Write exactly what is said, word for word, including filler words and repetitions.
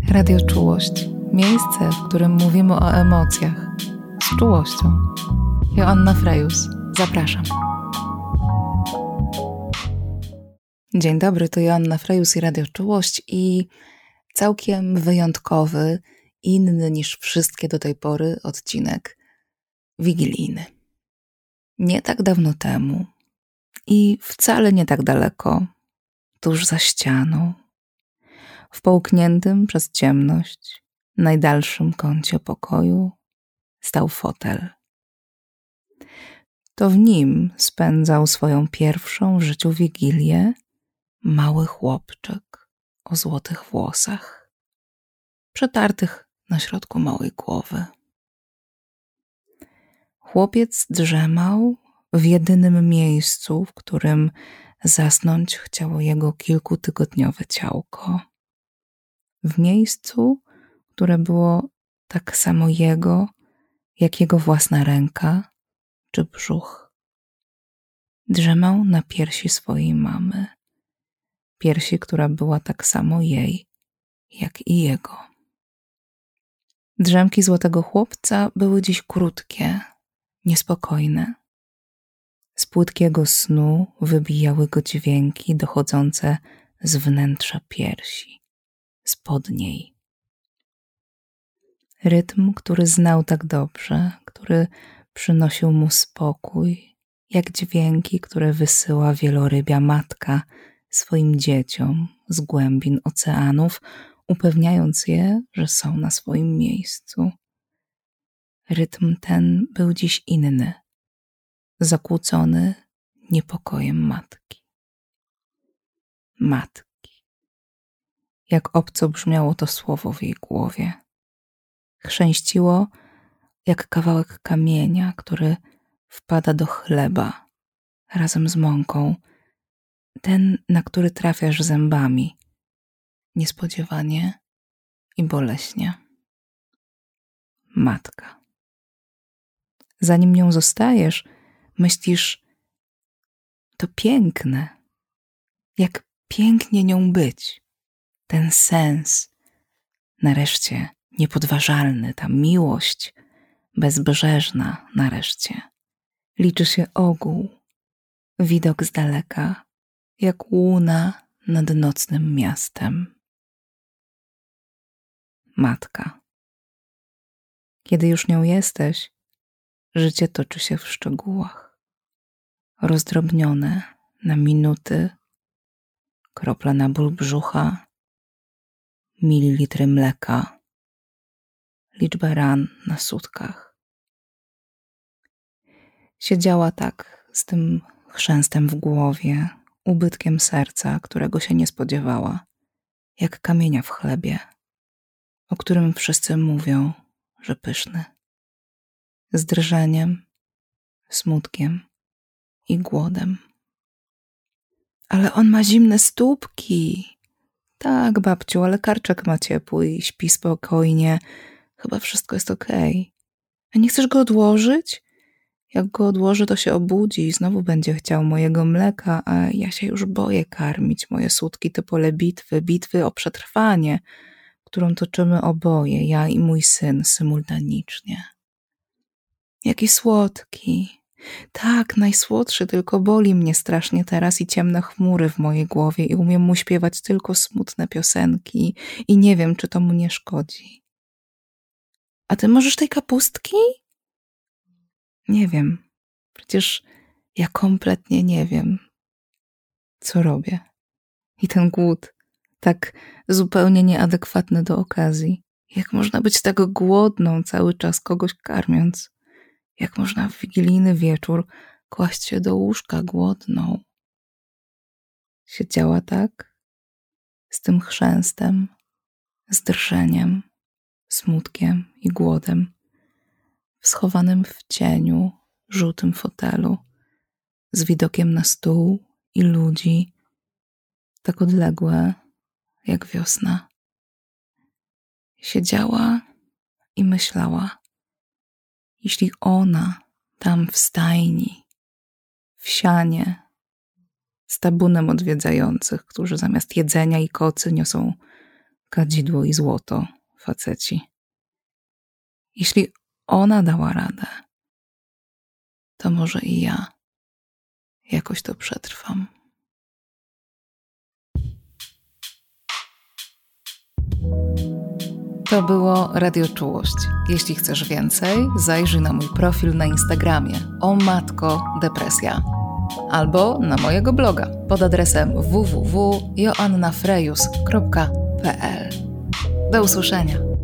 Radio Czułość. Miejsce, w którym mówimy o emocjach. Z czułością. Joanna Frejus. Zapraszam. Dzień dobry, to Joanna Frejus i Radio Czułość i całkiem wyjątkowy, inny niż wszystkie do tej pory odcinek wigilijny. Nie tak dawno temu i wcale nie tak daleko, tuż za ścianą, w połkniętym przez ciemność, najdalszym kącie pokoju stał fotel. To w nim spędzał swoją pierwszą w życiu wigilię mały chłopczyk o złotych włosach, przetartych na środku małej głowy. Chłopiec drzemał w jedynym miejscu, w którym zasnąć chciało jego kilkutygodniowe ciałko. W miejscu, które było tak samo jego, jak jego własna ręka czy brzuch. Drzemał na piersi swojej mamy. Piersi, która była tak samo jej, jak i jego. Drzemki złotego chłopca były dziś krótkie, niespokojne. Z płytkiego snu wybijały go dźwięki dochodzące z wnętrza piersi, spod niej. Rytm, który znał tak dobrze, który przynosił mu spokój, jak dźwięki, które wysyła wielorybia matka swoim dzieciom z głębin oceanów, upewniając je, że są na swoim miejscu. Rytm ten był dziś inny, zakłócony niepokojem matki. Matki. Jak obco brzmiało to słowo w jej głowie. Chrzęściło jak kawałek kamienia, który wpada do chleba razem z mąką, ten, na który trafiasz zębami, niespodziewanie i boleśnie. Matka. Zanim nią zostajesz, myślisz, to piękne, jak pięknie nią być, ten sens, nareszcie niepodważalny, ta miłość bezbrzeżna nareszcie. Liczy się ogół, widok z daleka, jak łuna nad nocnym miastem. Matka. Kiedy już nią jesteś, życie toczy się w szczegółach. Rozdrobnione na minuty, kropla na ból brzucha, mililitry mleka, liczba ran na sutkach. Siedziała tak z tym chrzęstem w głowie, ubytkiem serca, którego się nie spodziewała, jak kamienia w chlebie, o którym wszyscy mówią, że pyszny. Z drżeniem, smutkiem i głodem. Ale on ma zimne stópki. Tak, babciu, ale karczek ma ciepły i śpi spokojnie. Chyba wszystko jest okej. A nie chcesz go odłożyć? Jak go odłoży, to się obudzi i znowu będzie chciał mojego mleka, a ja się już boję karmić moje sutki, to pole bitwy, bitwy o przetrwanie, którą toczymy oboje, ja i mój syn, symultanicznie. Jaki słodki. Tak, najsłodszy, tylko boli mnie strasznie teraz i ciemne chmury w mojej głowie i umiem mu śpiewać tylko smutne piosenki i nie wiem, czy to mu nie szkodzi. A ty możesz tej kapustki? Nie wiem. Przecież ja kompletnie nie wiem, co robię. I ten głód, tak zupełnie nieadekwatny do okazji. Jak można być tak głodną cały czas kogoś karmiąc? Jak można w wigilijny wieczór kłaść się do łóżka głodną? Siedziała tak, z tym chrzęstem, z drżeniem, smutkiem i głodem, w schowanym w cieniu, żółtym fotelu, z widokiem na stół i ludzi, tak odległe jak wiosna. Siedziała i myślała, jeśli ona tam w stajni, w sianie, z tabunem odwiedzających, którzy zamiast jedzenia i kocy niosą kadzidło i złoto, faceci. Jeśli ona dała radę, to może i ja jakoś to przetrwam. To było Radio Czułość. Jeśli chcesz więcej, zajrzyj na mój profil na Instagramie O Matko Depresja albo na mojego bloga pod adresem w w w kropka joanna frejus kropka p l. Do usłyszenia.